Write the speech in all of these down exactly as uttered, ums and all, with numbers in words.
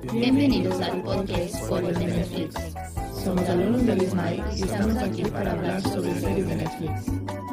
Bienvenidos al podcast Foros de Netflix. Somos alumnos del ISMAI y estamos aquí para hablar sobre series de Netflix.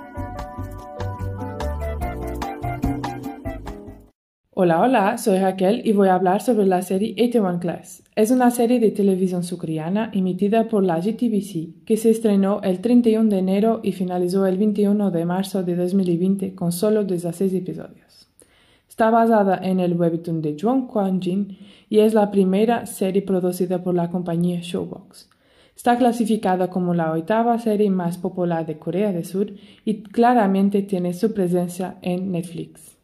Hola, hola, soy Raquel y voy a hablar sobre la serie ochenta y uno Class. Es una serie de televisión surcoreana emitida por la J T B C que se estrenó el treinta y uno de enero y finalizó el veintiuno de marzo de dos mil veinte con solo dieciséis episodios. Está basada en el webtoon de Jung Kwon-jin y es la primera serie producida por la compañía Showbox. Está clasificada como la octava serie más popular de Corea del Sur y claramente tiene su presencia en Netflix.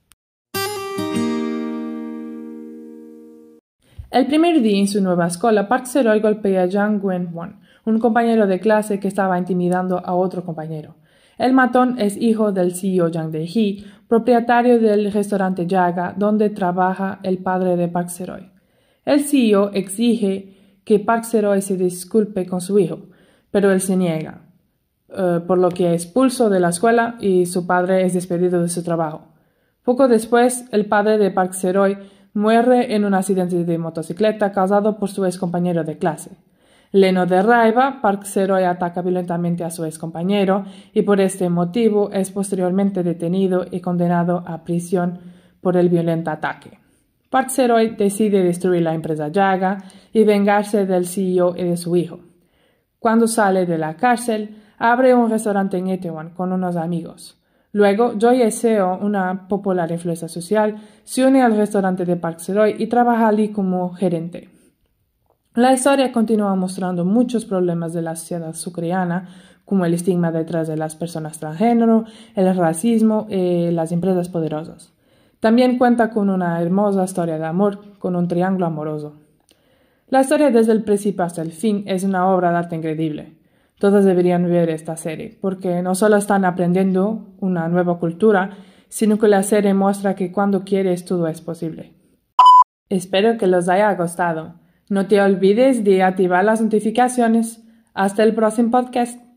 El primer día en su nueva escuela, Park Se-roy golpea a Jang Gwen-won, un compañero de clase que estaba intimidando a otro compañero. El matón es hijo del C E O Jang Dae-hee, propietario del restaurante Jaga, donde trabaja el padre de Park Se-roy. El C E O exige que Park Se-roy se disculpe con su hijo, pero él se niega, uh, por lo que es expulsado de la escuela y su padre es despedido de su trabajo. Poco después, el padre de Park Se-roy muere en un accidente de motocicleta causado por su ex compañero de clase. Lleno de raiva, Park Se-roy ataca violentamente a su ex compañero y por este motivo es posteriormente detenido y condenado a prisión por el violento ataque. Park Se-roy decide destruir la empresa Jaga y vengarse del C E O y de su hijo. Cuando sale de la cárcel, abre un restaurante en Itaewon con unos amigos. Luego, Jo Ye-seo, una popular influencia social, se une al restaurante de Park Se-roy y trabaja allí como gerente. La historia continúa mostrando muchos problemas de la sociedad surcoreana, como el estigma detrás de las personas transgénero, el racismo y las empresas poderosas. También cuenta con una hermosa historia de amor, con un triángulo amoroso. La historia desde el principio hasta el fin es una obra de arte increíble. Todos deberían ver esta serie, porque no solo están aprendiendo una nueva cultura, sino que la serie muestra que cuando quieres todo es posible. Espero que les haya gustado. No te olvides de activar las notificaciones. Hasta el próximo podcast.